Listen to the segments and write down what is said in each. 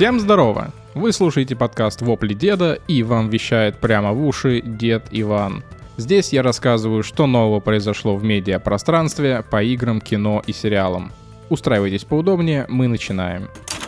Всем здорово! Вы слушаете подкаст «Вопли деда», и вам вещает прямо в уши дед Иван. Здесь я рассказываю, что нового произошло в медиапространстве по играм, кино и сериалам. Устраивайтесь поудобнее, мы начинаем.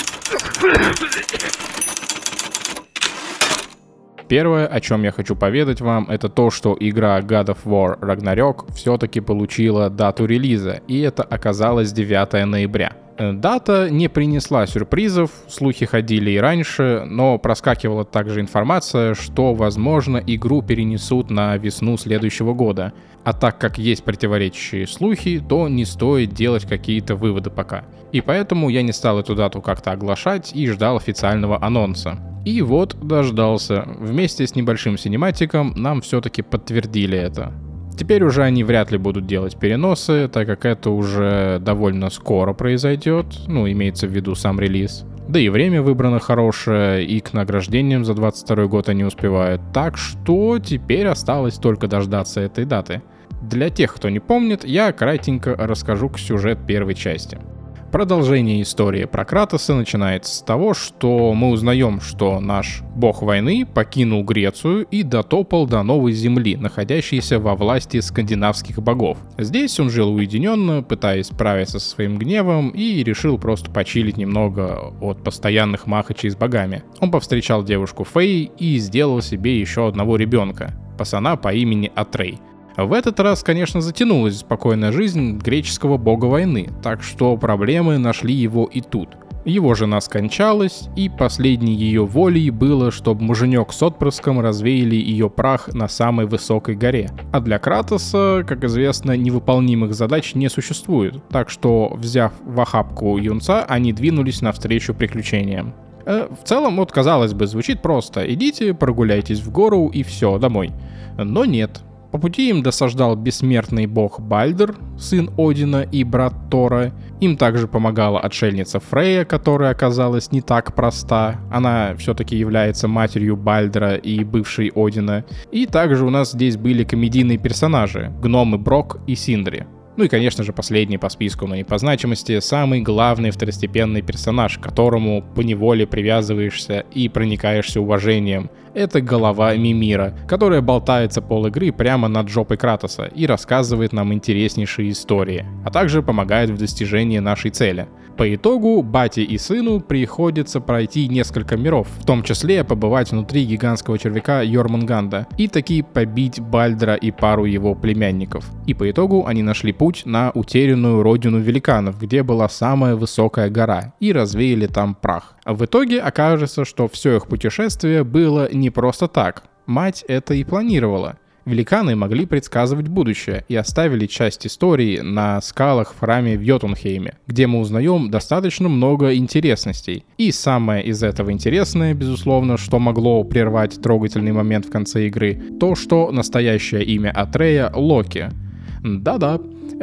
Первое, о чем я хочу поведать вам, это то, что игра God of War Ragnarok все-таки получила дату релиза, и это оказалось 9 ноября. Дата не принесла сюрпризов, слухи ходили и раньше, но проскакивала также информация, что, возможно, игру перенесут на весну следующего года. А так как есть противоречащие слухи, то не стоит делать какие-то выводы пока. И поэтому я не стал эту дату как-то оглашать и ждал официального анонса. И вот дождался. Вместе с небольшим синематиком нам все-таки подтвердили это. Теперь уже они вряд ли будут делать переносы, так как это уже довольно скоро произойдет, имеется в виду сам релиз. Да и время выбрано хорошее, и к награждениям за 22 год они успевают, так что теперь осталось только дождаться этой даты. Для тех, кто не помнит, я кратенько расскажу сюжет первой части. Продолжение истории про Кратоса начинается с того, что мы узнаем, что наш бог войны покинул Грецию и дотопал до новой земли, находящейся во власти скандинавских богов. Здесь он жил уединенно, пытаясь справиться со своим гневом, и решил просто почилить немного от постоянных махачей с богами. Он повстречал девушку Фей и сделал себе еще одного ребенка, пацана по имени Атрей. В этот раз, конечно, затянулась спокойная жизнь греческого бога войны, так что проблемы нашли его и тут. Его жена скончалась, и последней ее волей было, чтобы муженек с отпрыском развеяли ее прах на самой высокой горе. А для Кратоса, как известно, невыполнимых задач не существует, так что, взяв в охапку юнца, они двинулись навстречу приключениям. В целом, казалось бы, звучит просто: идите, прогуляйтесь в гору и все, домой. Но нет. По пути им досаждал бессмертный бог Бальдр, сын Одина и брат Тора. Им также помогала отшельница Фрейя, которая оказалась не так проста. Она все-таки является матерью Бальдра и бывшей Одина. И также у нас здесь были комедийные персонажи — гномы Брок и Синдри. И, конечно же, последний по списку, но не по значимости, самый главный второстепенный персонаж, к которому поневоле привязываешься и проникаешься уважением. Это голова Мимира, которая болтается пол игры прямо над жопой Кратоса и рассказывает нам интереснейшие истории, а также помогает в достижении нашей цели. По итогу, бате и сыну приходится пройти несколько миров, в том числе побывать внутри гигантского червяка Йормунганда и таки побить Бальдра и пару его племянников. И по итогу они нашли путь на утерянную родину великанов, где была самая высокая гора, и развеяли там прах. В итоге окажется, что все их путешествие было не просто так. Мать это и планировала. Великаны могли предсказывать будущее и оставили часть истории на скалах в храме в Йотунхейме, где мы узнаем достаточно много интересностей. И самое из этого интересное, безусловно, что могло прервать трогательный момент в конце игры, то, что настоящее имя Атрея — Локи. Да-да.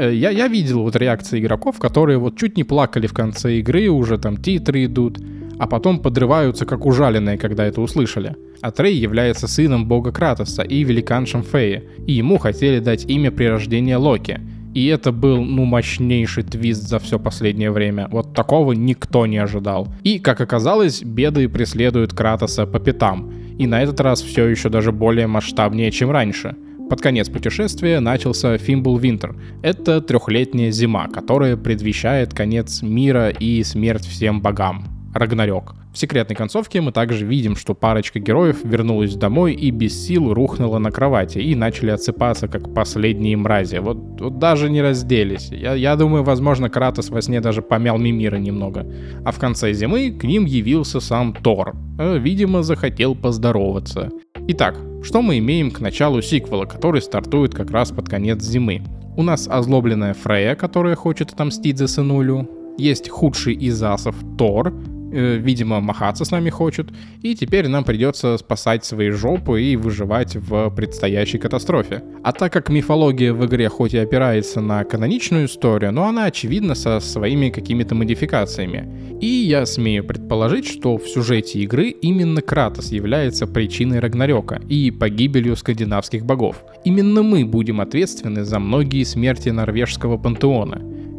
Я видел реакции игроков, которые чуть не плакали в конце игры, уже там титры идут, а потом подрываются как ужаленные, когда это услышали. Атрей является сыном бога Кратоса и великаншем Феи, и ему хотели дать имя при рождении Локи. И это был, мощнейший твист за все последнее время. Такого никто не ожидал. И, как оказалось, беды преследуют Кратоса по пятам. И на этот раз все еще даже более масштабнее, чем раньше. Под конец путешествия начался Фимблвинтер. Это 3-летняя зима, которая предвещает конец мира и смерть всем богам. Рагнарёк. В секретной концовке мы также видим, что парочка героев вернулась домой и без сил рухнула на кровати и начали отсыпаться, как последние мрази. Даже не разделись. Я думаю, возможно, Кратос во сне даже помял Мимира немного. А в конце зимы к ним явился сам Тор. Видимо, захотел поздороваться. Итак, что мы имеем к началу сиквела, который стартует как раз под конец зимы? У нас озлобленная Фрейя, которая хочет отомстить за сынулю. Есть худший из асов Тор, видимо, махаться с нами хочет, и теперь нам придется спасать свои жопы и выживать в предстоящей катастрофе. А так как мифология в игре хоть и опирается на каноничную историю, но она очевидно со своими какими-то модификациями. И я смею предположить, что в сюжете игры именно Кратос является причиной Рагнарёка и погибелью скандинавских богов. Именно мы будем ответственны за многие смерти норвежского пантеона.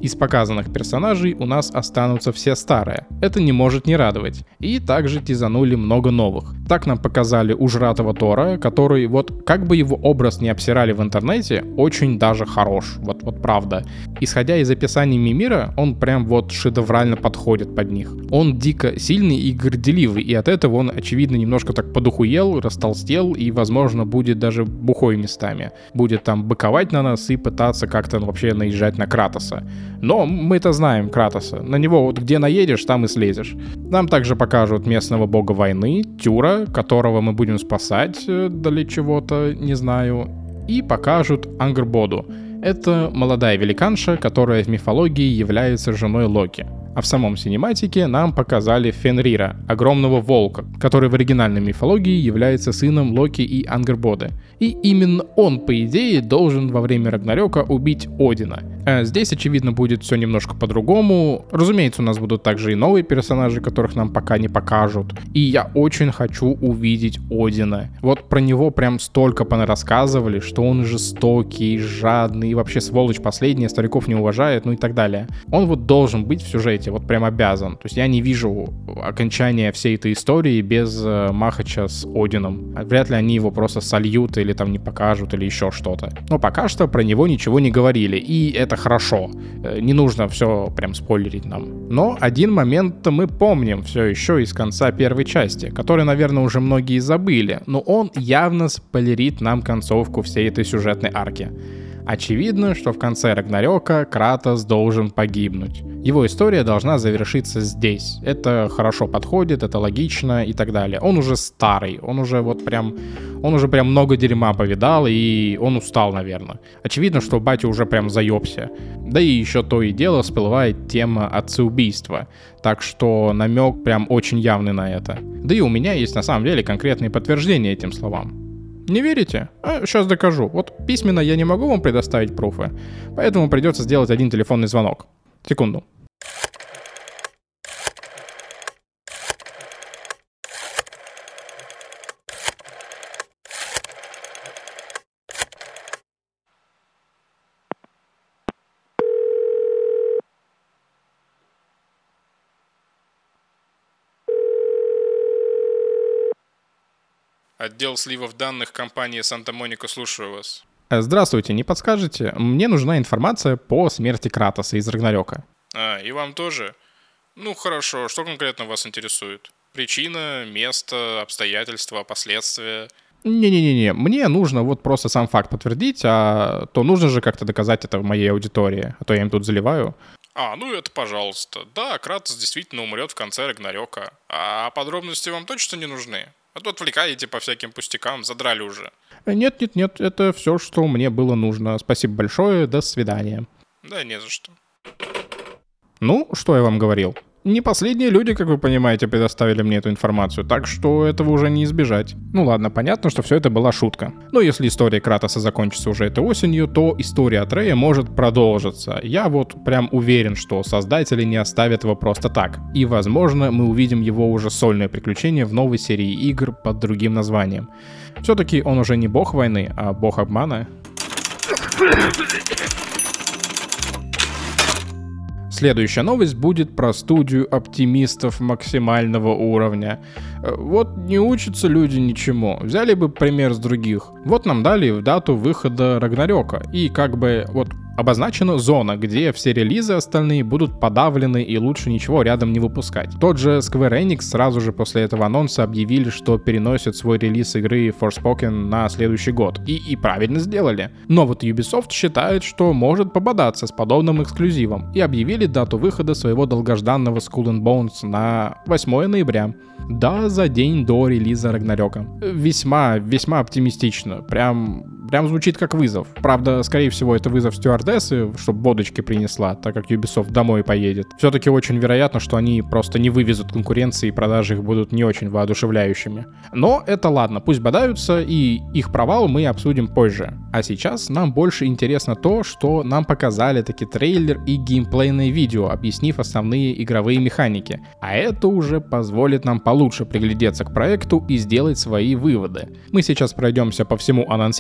Из показанных персонажей у нас останутся все старые. Это не может не радовать. И также тизанули много новых. Так нам показали ужратого Тора, который вот как бы его образ не обсирали в интернете, очень даже хорош. Вот правда. Исходя из описаний Мимира, он прям вот шедеврально подходит под них. Он дико сильный и горделивый, и от этого он, очевидно, немножко так подухуел, растолстел и, возможно, будет даже бухой местами. Будет там быковать на нас и пытаться как-то вообще наезжать на Кратоса. Но мы-то знаем Кратоса. На него вот где наедешь, там и слезешь. Нам также покажут местного бога войны, Тюра, которого мы будем спасать для чего-то, не знаю. И покажут Ангрбоду. Это молодая великанша, которая в мифологии является женой Локи. А в самом синематике нам показали Фенрира, огромного волка, который в оригинальной мифологии является сыном Локи и Ангрбоды. И именно он, по идее, должен во время Рагнарёка убить Одина. А здесь, очевидно, будет все немножко по-другому. Разумеется, у нас будут также и новые персонажи, которых нам пока не покажут. И я очень хочу увидеть Одина. Вот про него прям столько понарассказывали, что он жестокий, жадный, и вообще сволочь последняя, стариков не уважает, ну и так далее. Он вот должен быть в сюжете, вот прям обязан. То есть я не вижу окончания всей этой истории без махача с Одином. Вряд ли они его просто сольют или там не покажут, или еще что-то. Но пока что про него ничего не говорили, и это хорошо. Не нужно все прям спойлерить нам. Но один момент мы помним все еще из конца первой части, который, наверное, уже многие забыли, но он явно спойлерит нам концовку всей этой сюжетной арки. Очевидно, что в конце Рагнарёка Кратос должен погибнуть. Его история должна завершиться здесь. Это хорошо подходит, это логично и так далее. Он уже старый, он уже прям много дерьма повидал, и он устал, наверное. Очевидно, что батя уже прям заебся. Да и еще то и дело всплывает тема отцеубийства. Так что намек прям очень явный на это. Да и у меня есть на самом деле конкретные подтверждения этим словам. Не верите? Сейчас докажу. Вот письменно я не могу вам предоставить пруфы, поэтому придется сделать один телефонный звонок. Секунду. Отдел сливов данных компании Санта-Моника, слушаю вас. Здравствуйте, не подскажете? Мне нужна информация по смерти Кратоса из Рагнарёка. И вам тоже? Ну хорошо, что конкретно вас интересует? Причина, место, обстоятельства, последствия? Не-не-не, мне нужно вот просто сам факт подтвердить, а то нужно же как-то доказать это в моей аудитории, а то я им тут заливаю. Ну это пожалуйста. Да, Кратос действительно умрет в конце Рагнарёка. А подробности вам точно не нужны? А то отвлекаете по всяким пустякам, задрали уже. Нет, это все, что мне было нужно. Спасибо большое, до свидания. Да не за что. Ну, что я вам говорил? Не последние люди, как вы понимаете, предоставили мне эту информацию, так что этого уже не избежать. Ну ладно, понятно, что все это была шутка. Но если история Кратоса закончится уже этой осенью, то история Атрея может продолжиться. Я вот прям уверен, что создатели не оставят его просто так. И, возможно, мы увидим его уже сольное приключение в новой серии игр под другим названием. Все-таки он уже не бог войны, а бог обмана. Следующая новость будет про студию оптимистов максимального уровня. Вот не учатся люди ничему. Взяли бы пример с других. Вот нам дали дату выхода Рагнарёка. И как бы вот обозначена зона, где все релизы остальные будут подавлены и лучше ничего рядом не выпускать. Тот же Square Enix сразу же после этого анонса объявили, что переносят свой релиз игры Forspoken на следующий год. И правильно сделали. Но вот Ubisoft считает, что может пободаться с подобным эксклюзивом. И объявили дату выхода своего долгожданного Skull and Bones на 8 ноября. Да, за день до релиза Рагнарёка. Весьма оптимистично. Прям звучит как вызов. Правда, скорее всего, это вызов стюардессы, чтобы водочки принесла, так как Ubisoft домой поедет. Все-таки очень вероятно, что они просто не вывезут конкуренции и продажи их будут не очень воодушевляющими. Но это ладно, пусть бодаются, и их провал мы обсудим позже. А сейчас нам больше интересно то, что нам показали таки трейлер и геймплейное видео, объяснив основные игровые механики. А это уже позволит нам получше приглядеться к проекту и сделать свои выводы. Мы сейчас пройдемся по всему анонсированному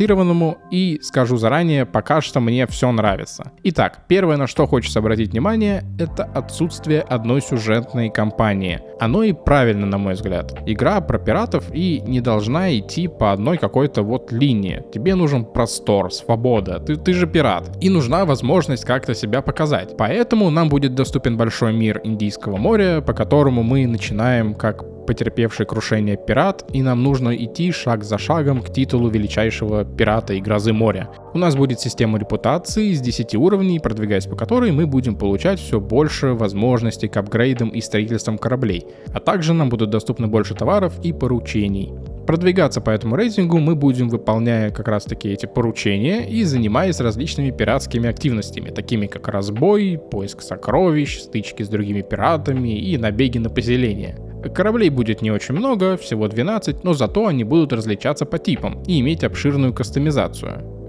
по-разному, и скажу заранее, пока что мне все нравится. Итак, первое, на что хочется обратить внимание, это отсутствие одной сюжетной кампании. Оно и правильно, на мой взгляд. Игра про пиратов и не должна идти по одной какой-то вот линии. Тебе нужен простор, свобода, ты же пират. И нужна возможность как-то себя показать. Поэтому нам будет доступен большой мир Индийского моря, по которому мы начинаем как потерпевший крушение пират, и нам нужно идти шаг за шагом к титулу величайшего пирата и грозы моря. У нас будет система репутации из 10 уровней, продвигаясь по которой мы будем получать все больше возможностей к апгрейдам и строительствам кораблей, а также нам будут доступны больше товаров и поручений. Продвигаться по этому рейтингу мы будем, выполняя как раз таки эти поручения и занимаясь различными пиратскими активностями, такими как разбой, поиск сокровищ, стычки с другими пиратами и набеги на поселения. Кораблей будет не очень много, всего 12, но зато они будут различаться по типам и иметь обширную кастомизацию.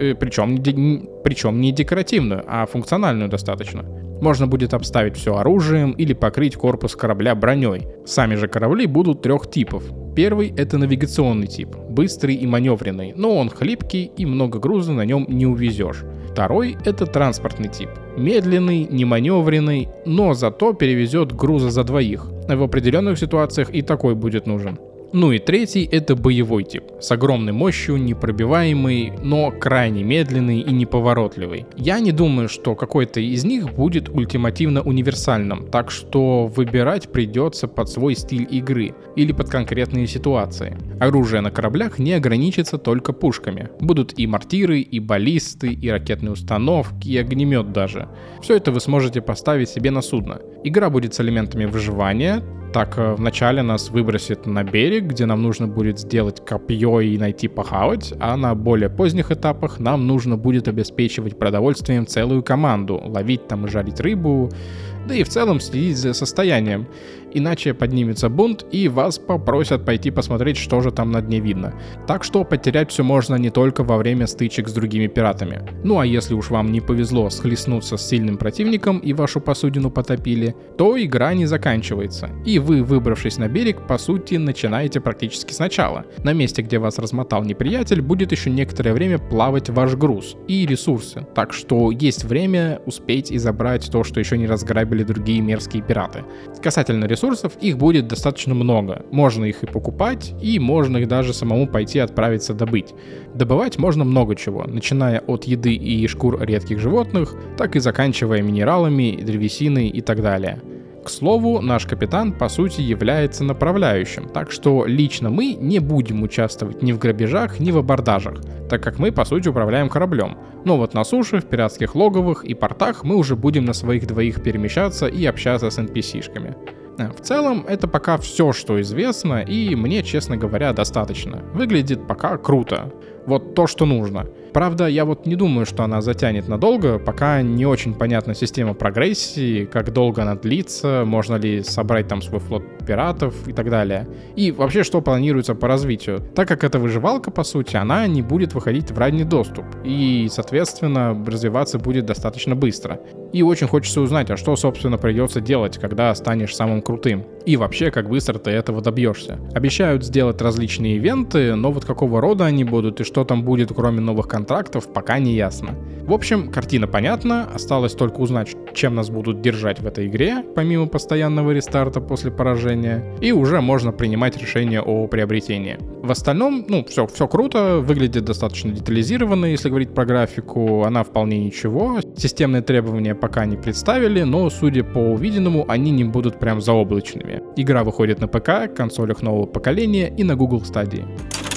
Причем не декоративную, а функциональную достаточно. Можно будет обставить все оружием или покрыть корпус корабля броней. Сами же корабли будут 3 типов. Первый — это навигационный тип, быстрый и маневренный, но он хлипкий и много груза на нем не увезешь. Второй — это транспортный тип, медленный, неманевренный, но зато перевезет груза за 2. В определенных ситуациях и такой будет нужен. Ну и третий — это боевой тип, с огромной мощью, непробиваемый, но крайне медленный и неповоротливый. Я не думаю, что какой-то из них будет ультимативно универсальным, так что выбирать придется под свой стиль игры или под конкретные ситуации. Оружие на кораблях не ограничится только пушками. Будут и мортиры, и баллисты, и ракетные установки, и огнемет даже. Все это вы сможете поставить себе на судно. Игра будет с элементами выживания. Так, вначале нас выбросит на берег, где нам нужно будет сделать копье и найти похавать, а на более поздних этапах нам нужно будет обеспечивать продовольствием целую команду, ловить там и жарить рыбу, да и в целом следить за состоянием. Иначе поднимется бунт и вас попросят пойти посмотреть, что же там на дне видно. Так что потерять все можно не только во время стычек с другими пиратами. Ну а если уж вам не повезло схлестнуться с сильным противником и вашу посудину потопили, то игра не заканчивается. И вы, выбравшись на берег, по сути начинаете практически сначала. На месте, где вас размотал неприятель, будет еще некоторое время плавать ваш груз и ресурсы. Так что есть время успеть и забрать то, что еще не разграбили другие мерзкие пираты. Касательно ресурсов, их будет достаточно много. Можно их и покупать, и можно их даже самому пойти отправиться добыть. Добывать можно много чего, начиная от еды и шкур редких животных, так и заканчивая минералами, древесиной и так далее. К слову, наш капитан по сути является направляющим, так что лично мы не будем участвовать ни в грабежах, ни в абордажах, так как мы по сути управляем кораблем. Но вот на суше, в пиратских логовых и портах мы уже будем на своих 2 перемещаться и общаться с NPC-шками. В целом, это пока все, что известно, и мне, честно говоря, достаточно. Выглядит пока круто. Вот то, что нужно. Правда, я вот не думаю, что она затянет надолго, пока не очень понятна система прогрессии, как долго она длится, можно ли собрать там свой флот пиратов и так далее. И вообще, что планируется по развитию. Так как это выживалка, по сути, она не будет выходить в ранний доступ, и, соответственно, развиваться будет достаточно быстро. И очень хочется узнать, а что, собственно, придется делать, когда станешь самым крутым. И вообще, как быстро ты этого добьешься. Обещают сделать различные ивенты, но вот какого рода они будут и что там будет, кроме новых контрактов, пока не ясно. В общем, картина понятна, осталось только узнать, чем нас будут держать в этой игре, помимо постоянного рестарта после поражения, и уже можно принимать решение о приобретении. В остальном, все круто, выглядит достаточно детализированно, если говорить про графику, она вполне ничего, системные требования пока не представили, но, судя по увиденному, они не будут прям заоблачными. Игра выходит на ПК, консолях нового поколения и на Google Stadia.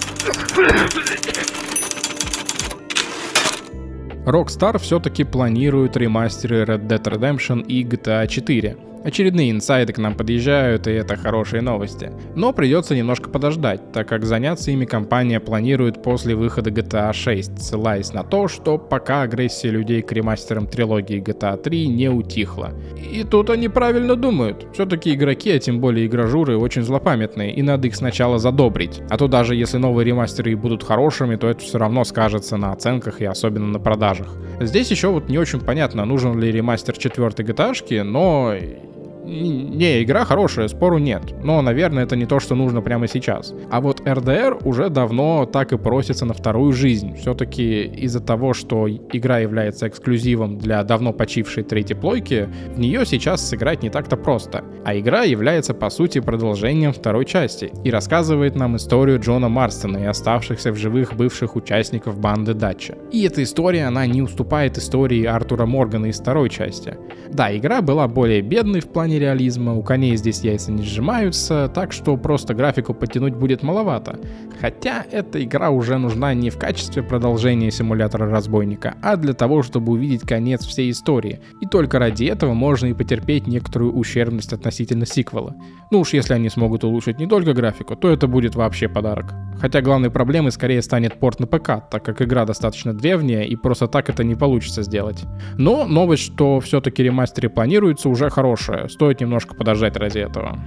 Rockstar все-таки планирует ремастеры Red Dead Redemption и GTA 4. Очередные инсайды к нам подъезжают, и это хорошие новости. Но придется немножко подождать, так как заняться ими компания планирует после выхода GTA 6, ссылаясь на то, что пока агрессия людей к ремастерам трилогии GTA 3 не утихла. И тут они правильно думают. Все-таки игроки, а тем более игражуры, очень злопамятные, и надо их сначала задобрить. А то даже если новые ремастеры и будут хорошими, то это все равно скажется на оценках и особенно на продажах. Здесь еще вот не очень понятно, нужен ли ремастер 4-й GTA-шки, но Не, игра хорошая, спору нет, но, наверное, это не то, что нужно прямо сейчас. А вот RDR уже давно так и просится на вторую жизнь. Все-таки из-за того, что игра является эксклюзивом для давно почившей третьей плойки, в нее сейчас сыграть не так-то просто. А игра является, по сути, продолжением второй части и рассказывает нам историю Джона Марстона и оставшихся в живых бывших участников банды Датча. И эта история, она не уступает истории Артура Моргана из второй части. Да, игра была более бедной в плане реализма, у коней здесь яйца не сжимаются, так что просто графику подтянуть будет маловато. Хотя эта игра уже нужна не в качестве продолжения симулятора разбойника, а для того, чтобы увидеть конец всей истории. И только ради этого можно и потерпеть некоторую ущербность относительно сиквела. Ну уж если они смогут улучшить не только графику, то это будет вообще подарок. Хотя главной проблемой скорее станет порт на ПК, так как игра достаточно древняя и просто так это не получится сделать. Но новость, что все-таки ремастеры планируются, уже хорошая, стоит немножко подождать ради этого.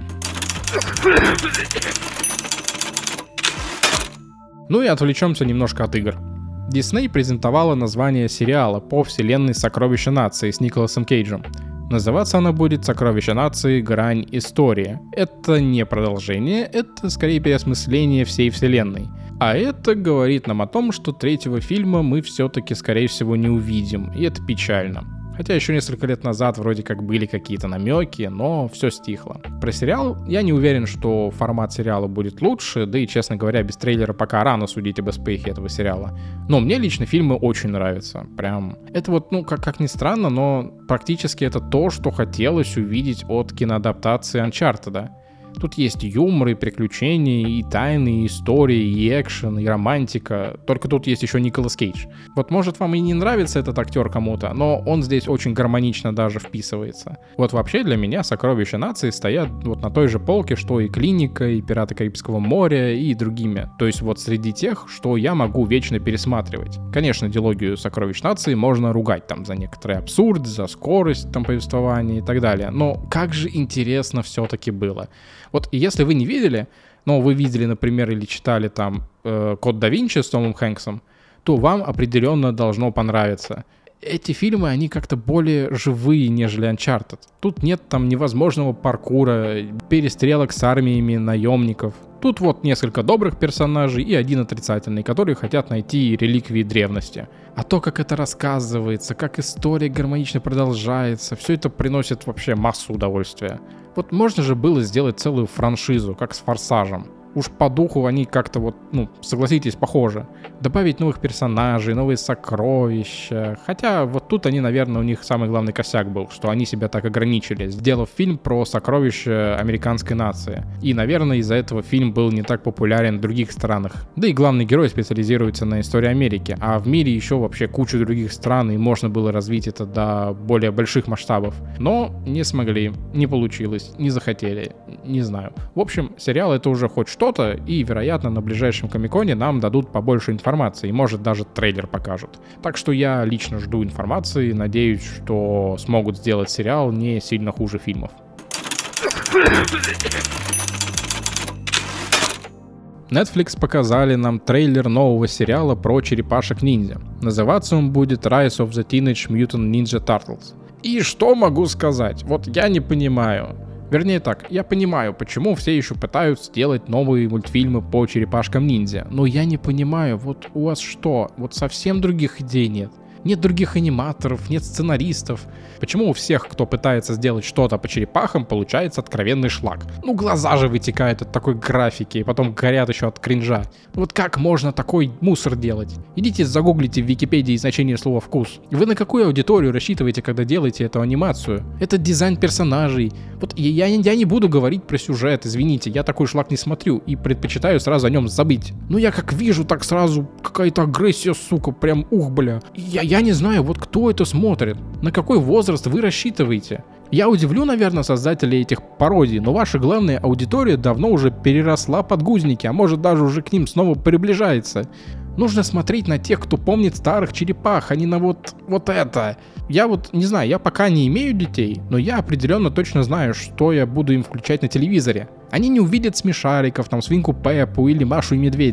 Ну и отвлечемся немножко от игр. Disney презентовала название сериала по вселенной «Сокровища нации» с Николасом Кейджем. Называться она будет «Сокровища нации. Грань истории». Это не продолжение, это скорее переосмысление всей вселенной. А это говорит нам о том, что третьего фильма мы все-таки, скорее всего, не увидим, и это печально. Хотя еще несколько лет назад вроде как были какие-то намеки, но все стихло. Про сериал я не уверен, что формат сериала будет лучше, да и, честно говоря, без трейлера пока рано судить об успехе этого сериала. Но мне лично фильмы очень нравятся. Прям. Это вот, как ни странно, но практически это то, что хотелось увидеть от киноадаптации Uncharted. Тут есть юмор и приключения, и тайны, и истории, и экшен, и романтика. Только тут есть еще Николас Кейдж. Вот может вам и не нравится этот актер кому-то, но он здесь очень гармонично даже вписывается. Вот вообще для меня «Сокровища нации» стоят вот на той же полке, что и «Клиника», и «Пираты Карибского моря», и другими. То есть вот среди тех, что я могу вечно пересматривать. Конечно, дилогию «Сокровищ нации» можно ругать там за некоторый абсурд, за скорость там повествования и так далее. Но как же интересно все-таки было. Вот если вы не видели, но вы видели, например, или читали там «Код да Винчи» с Томом Хэнксом, то вам определенно должно понравиться. Эти фильмы, они как-то более живые, нежели Uncharted. Тут нет там невозможного паркура, перестрелок с армиями наемников. Тут вот несколько добрых персонажей и один отрицательный, которые хотят найти реликвии древности. А то, как это рассказывается, как история гармонично продолжается, все это приносит вообще массу удовольствия. Вот можно же было сделать целую франшизу, как с «Форсажем». Уж по духу они как-то вот, согласитесь, похожи. Добавить новых персонажей, новые сокровища. Хотя вот тут они, наверное, у них самый главный косяк был, что они себя так ограничили, сделав фильм про сокровища американской нации. И, наверное, из-за этого фильм был не так популярен в других странах. Да и главный герой специализируется на истории Америки, а в мире еще вообще куча других стран, и можно было развить это до более больших масштабов. Но не смогли, не получилось, не захотели, не знаю. В общем, сериал это уже хоть что-то, и, вероятно, на ближайшем Комик-Коне нам дадут побольше информации, и, может, даже трейлер покажут. Так что я лично жду информации, надеюсь, что смогут сделать сериал не сильно хуже фильмов. Netflix показали нам трейлер нового сериала про черепашек-ниндзя. Называться он будет Rise of the Teenage Mutant Ninja Turtles. И что могу сказать? Вот я не понимаю. Вернее так, я понимаю, почему все еще пытаются сделать новые мультфильмы по черепашкам-ниндзя. Но я не понимаю, вот у вас что, вот совсем других идей нет? Нет других аниматоров, нет сценаристов. Почему у всех, кто пытается сделать что-то по черепахам, получается откровенный шлак? Глаза же вытекают от такой графики, и потом горят еще от кринжа. Вот как можно такой мусор делать? Идите загуглите в Википедии значение слова «вкус». Вы на какую аудиторию рассчитываете, когда делаете эту анимацию? Это дизайн персонажей. Вот я не буду говорить про сюжет, извините, я такой шлак не смотрю и предпочитаю сразу о нем забыть. Но я как вижу, так сразу какая-то агрессия, сука, прям бля. Я не знаю, вот кто это смотрит, на какой возраст вы рассчитываете. Я удивлю, наверное, создателей этих пародий, но ваша главная аудитория давно уже переросла подгузники, а может даже уже к ним снова приближается. Нужно смотреть на тех, кто помнит старых черепах, а не на вот это. Я вот не знаю, я пока не имею детей, но я определенно точно знаю, что я буду им включать на телевизоре. Они не увидят смешариков, там, свинку Пеппу или Машу и Медведя.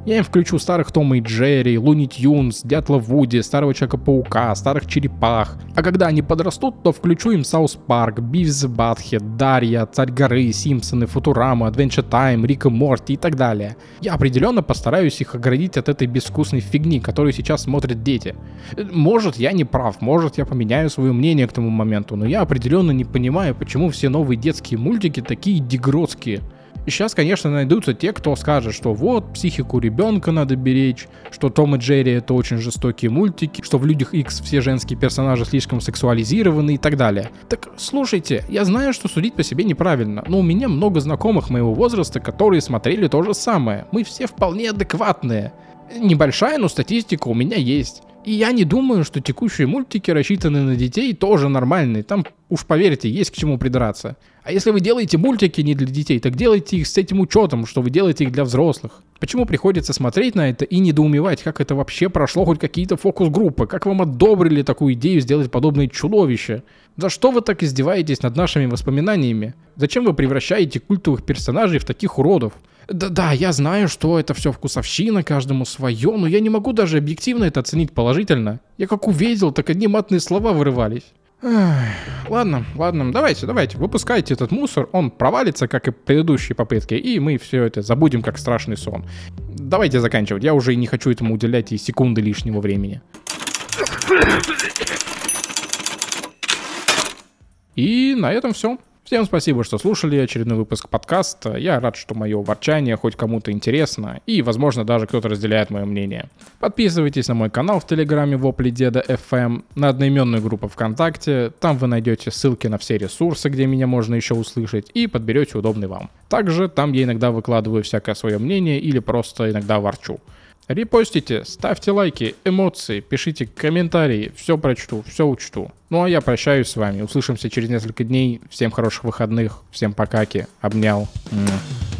Я им включу старых Тома и Джерри, Луни Тюнс, Дятла Вуди, Старого Человека-паука, Старых Черепах. А когда они подрастут, то включу им Саус Парк, Бивис и Батхед, Дарья, Царь горы, Симпсоны, Футурама, Adventure Time, Рик и Морти и так далее. Я определенно постараюсь их оградить от этой безвкусной фигни, которую сейчас смотрят дети. Может, я не прав, может, я поменяю свое мнение к тому моменту, но я определенно не понимаю, почему все новые детские мультики такие дегротские. И сейчас, конечно, найдутся те, кто скажет, что вот, психику ребенка надо беречь, что Том и Джерри это очень жестокие мультики, что в Людях Икс все женские персонажи слишком сексуализированы и так далее. Так, слушайте, я знаю, что судить по себе неправильно, но у меня много знакомых моего возраста, которые смотрели то же самое. Мы все вполне адекватные. Небольшая, но статистика у меня есть. И я не думаю, что текущие мультики, рассчитанные на детей, тоже нормальные. Там, уж поверьте, есть к чему придраться. А если вы делаете мультики не для детей, так делайте их с этим учетом, что вы делаете их для взрослых. Почему приходится смотреть на это и недоумевать, как это вообще прошло хоть какие-то фокус-группы? Как вам одобрили такую идею сделать подобные чудовища? За что вы так издеваетесь над нашими воспоминаниями? Зачем вы превращаете культовых персонажей в таких уродов? Да, я знаю, что это все вкусовщина, каждому свое, но я не могу даже объективно это оценить положительно. Я как увидел, так одни матные слова вырывались. Ладно, давайте, выпускайте этот мусор, он провалится, как и предыдущие попытки, и мы все это забудем, как страшный сон. Давайте заканчивать, я уже не хочу этому уделять и секунды лишнего времени. И на этом все. Всем спасибо, что слушали очередной выпуск подкаста. Я рад, что мое ворчание хоть кому-то интересно, и, возможно, даже кто-то разделяет мое мнение. Подписывайтесь на мой канал в Телеграме Вопли Деда FM, на одноименную группу ВКонтакте, там вы найдете ссылки на все ресурсы, где меня можно еще услышать, и подберете удобный вам. Также там я иногда выкладываю всякое свое мнение или просто иногда ворчу. Репостите, ставьте лайки, эмоции, пишите комментарии, все прочту, все учту. Ну а я прощаюсь с вами, услышимся через несколько дней, всем хороших выходных, всем покаки, обнял.